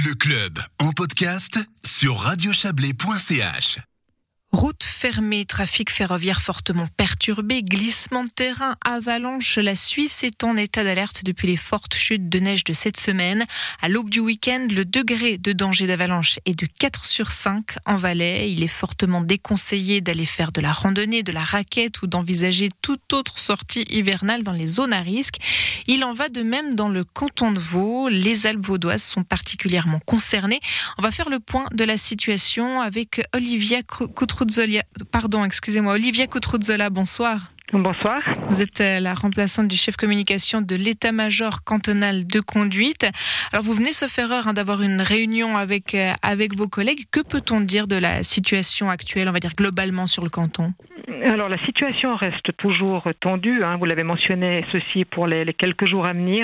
Le club en podcast sur radiochablais.ch. Route fermée, trafic ferroviaire fortement perturbé, glissement de terrain, avalanche. La Suisse est en état d'alerte depuis les fortes chutes de neige de cette semaine. À l'aube du week-end, le degré de danger d'avalanche est de 4 sur 5 en Valais. Il est fortement déconseillé d'aller faire de la randonnée, de la raquette ou d'envisager toute autre sortie hivernale dans les zones à risque. Il en va de même dans le canton de Vaud. Les Alpes vaudoises sont particulièrement concernées. On va faire le point de la situation avec Olivia Coutruzzola, bonsoir. Bonsoir. Vous êtes la remplaçante du chef communication de l'état-major cantonal de conduite. Alors vous venez sauf erreur d'avoir une réunion avec vos collègues. Que peut-on dire de la situation actuelle, on va dire globalement sur le canton ? Alors la situation reste toujours tendue, vous l'avez mentionné, ceci pour les quelques jours à venir.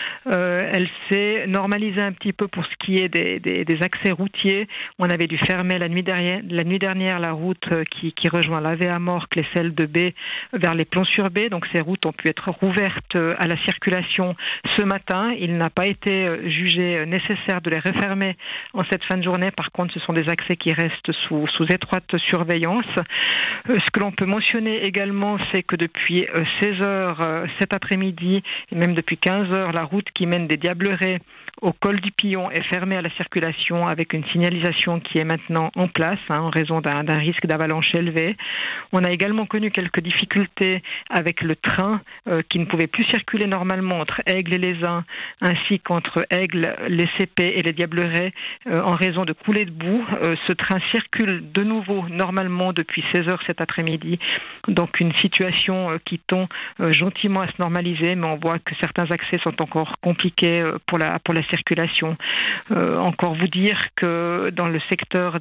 Elle s'est normalisée un petit peu pour ce qui est des accès routiers. On avait dû fermer la nuit dernière la route qui rejoint l'Avée-à-Morcle et celle de B vers les Plombs-sur-B. Donc ces routes ont pu être rouvertes à la circulation ce matin. Il n'a pas été jugé nécessaire de les refermer en cette fin de journée. Par contre, ce sont des accès qui restent sous étroite surveillance. Ce que l'on peut mentionner également, c'est que depuis 16 heures cet après-midi, et même depuis 15 heures, la route qui mène des Diablerets au col du Pillon est fermée à la circulation avec une signalisation qui est maintenant en place en raison d'un risque d'avalanche élevé. On a également connu quelques difficultés avec le train qui ne pouvait plus circuler normalement entre Aigle et Les Uns ainsi qu'entre Aigle, les CP et les Diablerets en raison de coulées de boue. Ce train circule de nouveau normalement depuis 16 heures cet après-midi. Donc une situation qui tend gentiment à se normaliser, mais on voit que certains accès sont encore compliqués pour la circulation. Encore vous dire que dans le secteur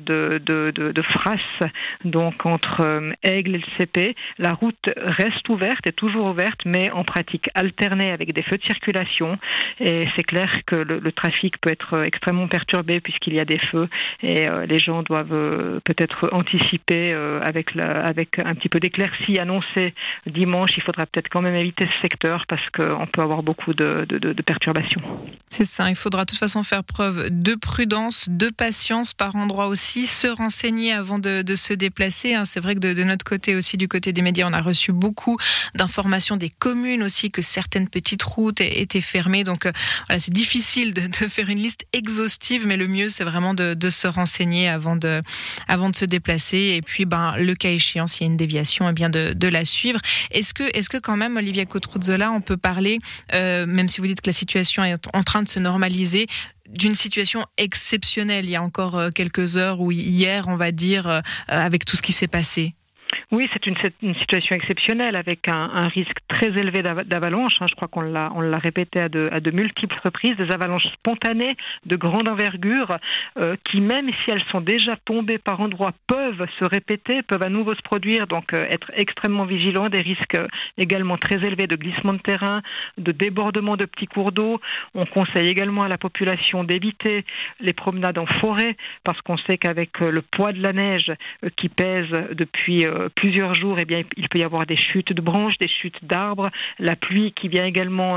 de Fras, donc entre Aigle et le CP, la route reste ouverte, est toujours ouverte, mais en pratique alternée avec des feux de circulation. Et c'est clair que le trafic peut être extrêmement perturbé puisqu'il y a des feux et les gens doivent peut-être anticiper avec un petit peu d'éclaircie annoncée dimanche. Il faudra peut-être quand même éviter ce secteur parce qu'on peut avoir beaucoup de perturbations. C'est ça, il faudra de toute façon faire preuve de prudence, de patience par endroit aussi, se renseigner avant de se déplacer. C'est vrai que de notre côté aussi, du côté des médias, on a reçu beaucoup d'informations des communes aussi que certaines petites routes étaient fermées. Donc voilà, c'est difficile de faire une liste exhaustive, mais le mieux c'est vraiment de se renseigner avant de se déplacer. Et puis le cas échéant, s'il y a une déviation, eh bien de la suivre. Est-ce que quand même, Olivia Coutruzzola, on peut parler, même si vous dites que la situation est en train de se normaliser, d'une situation exceptionnelle il y a encore quelques heures ou hier, on va dire, avec tout ce qui s'est passé? Oui, c'est une situation exceptionnelle avec un risque très élevé d'avalanche. Je crois qu'on l'a répété à de multiples reprises, des avalanches spontanées de grande envergure qui, même si elles sont déjà tombées par endroits, peuvent se répéter, peuvent à nouveau se produire. Donc être extrêmement vigilant, des risques également très élevés de glissement de terrain, de débordement de petits cours d'eau. On conseille également à la population d'éviter les promenades en forêt parce qu'on sait qu'avec le poids de la neige qui pèse depuis plusieurs jours, il peut y avoir des chutes de branches, des chutes d'arbres, la pluie qui vient également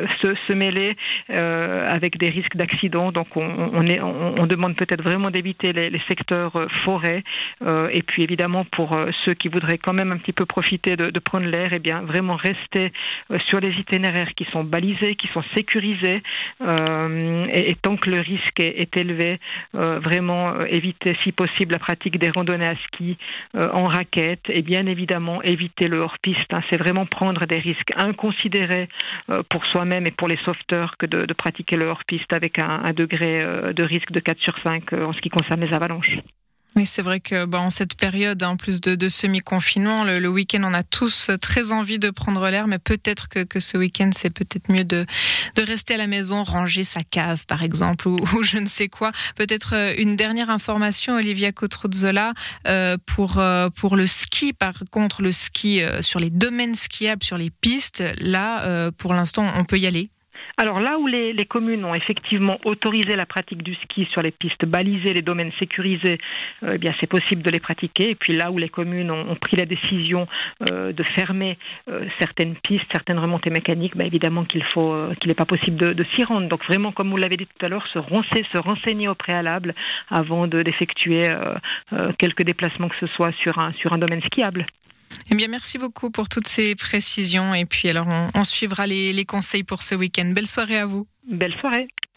se mêler avec des risques d'accidents. Donc on demande peut-être vraiment d'éviter les secteurs forêts. Et puis évidemment pour ceux qui voudraient quand même un petit peu profiter de prendre l'air, vraiment rester sur les itinéraires qui sont balisés, qui sont sécurisés. Et tant que le risque est élevé, vraiment éviter si possible la pratique des randonnées à ski en raquette et bien évidemment éviter le hors-piste. C'est vraiment prendre des risques inconsidérés pour soi-même et pour les sauveteurs que de pratiquer le hors-piste avec un degré de risque de 4 sur 5 en ce qui concerne les avalanches. Oui, c'est vrai que en cette période, en plus de semi-confinement, le week-end, on a tous très envie de prendre l'air, mais peut-être que ce week-end, c'est peut-être mieux de rester à la maison, ranger sa cave, par exemple, ou je ne sais quoi. Peut-être une dernière information, Olivia Coutruzzola, pour le ski. Par contre, le ski sur les domaines skiables, sur les pistes, là, pour l'instant, on peut y aller. Alors là où les communes ont effectivement autorisé la pratique du ski sur les pistes balisées, les domaines sécurisés, eh bien c'est possible de les pratiquer. Et puis là où les communes ont pris la décision de fermer certaines pistes, certaines remontées mécaniques, évidemment qu'il n'est pas possible de s'y rendre. Donc vraiment, comme vous l'avez dit tout à l'heure, se renseigner au préalable avant d'effectuer quelques déplacements que ce soit sur un domaine skiable. Eh bien, merci beaucoup pour toutes ces précisions. Et puis alors, on suivra les conseils pour ce week-end. Belle soirée à vous. Belle soirée.